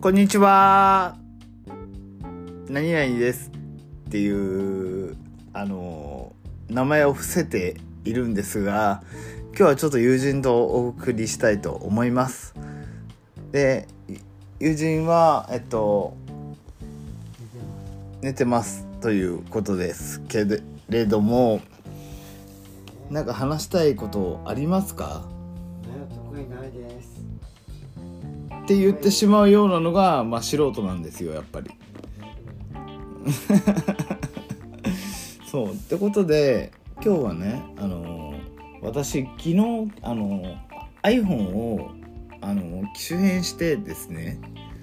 こんにちは。何々ですっていう名前を伏せているんですが、今日はちょっと友人とお送りしたいと思います。で、友人は寝てますということですけれども、なんか話したいことありますか？ 特にないですって言ってしまうようなのが、素人なんですよ、やっぱり。そうってことで、今日はね、私昨日iPhone を機種変してですね、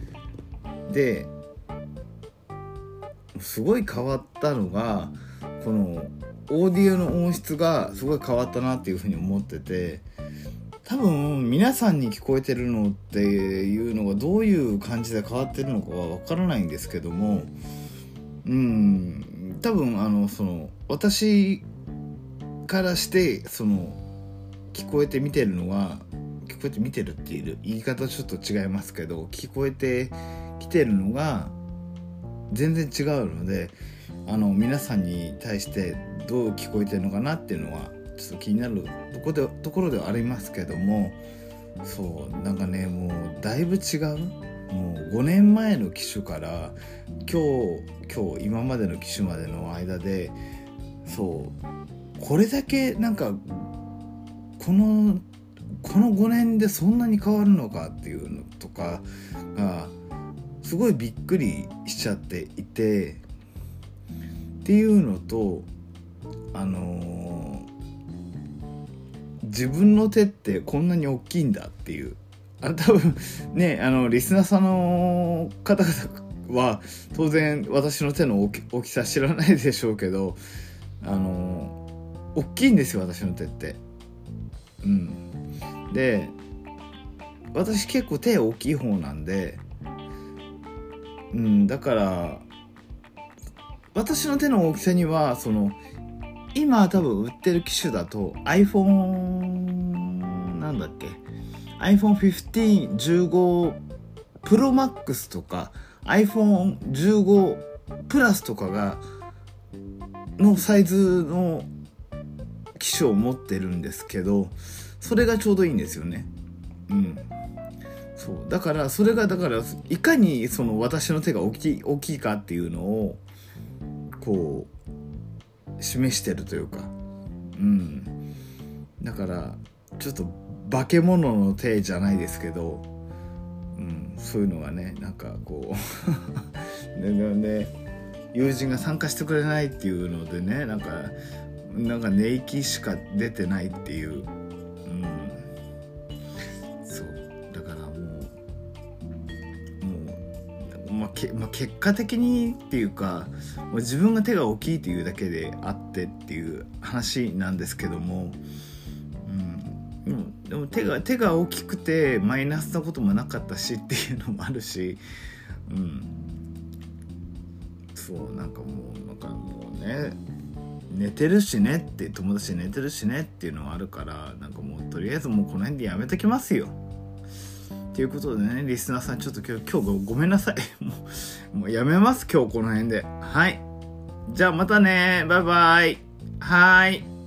ですごい変わったのが、このオーディオの音質がすごい変わったなっていうふうに思ってて、多分皆さんに聞こえてるのっていうのがどういう感じで変わってるのかはわからないんですけども、多分私からして聞こえて見てるのは、聞こえて見てるっていう言い方ちょっと違いますけど、聞こえてきてるのが全然違うので、皆さんに対してどう聞こえてるのかなっていうのはちょっと気になるところではありますけども、そうなんかね、もうだいぶ違う。もう5年前の機種から今日今までの機種までの間で、これだけなんかこの5年でそんなに変わるのかっていうのとかがすごいびっくりしちゃっていて、っていうのと、自分の手ってこんなに大きいんだっていう、多分ね、リスナーさんの方々は当然私の手の大きさ知らないでしょうけど、大きいんですよ、私の手って。で、私結構手大きい方なんで、だから私の手の大きさには今多分売ってる機種だと iPhone なんだっけ、 iPhone 15、15 Pro Max とか iPhone 15 Plus とかのサイズの機種を持ってるんですけど、それがちょうどいいんですよね。そうだからそれがいかに私の手が大きいかっていうのをこう示してるというか、だからちょっと化け物の手じゃないですけど、そういうのがね、なんかこうで友人が参加してくれないっていうのでね、なんか寝息しか出てないっていう、そうだから結果的にっていうか、もう自分が手が大きいっていうだけであってっていう話なんですけども、でも手が大きくてマイナスなこともなかったしっていうのもあるし、そうなんかもうね、寝てるしねって、友達寝てるしねっていうのはあるから、なんかもうとりあえずもうこの辺でやめときますよということでね、リスナーさんちょっと今日ごめんなさい。もうやめます、今日この辺で。はい、じゃあまたね、バイバイ。はい。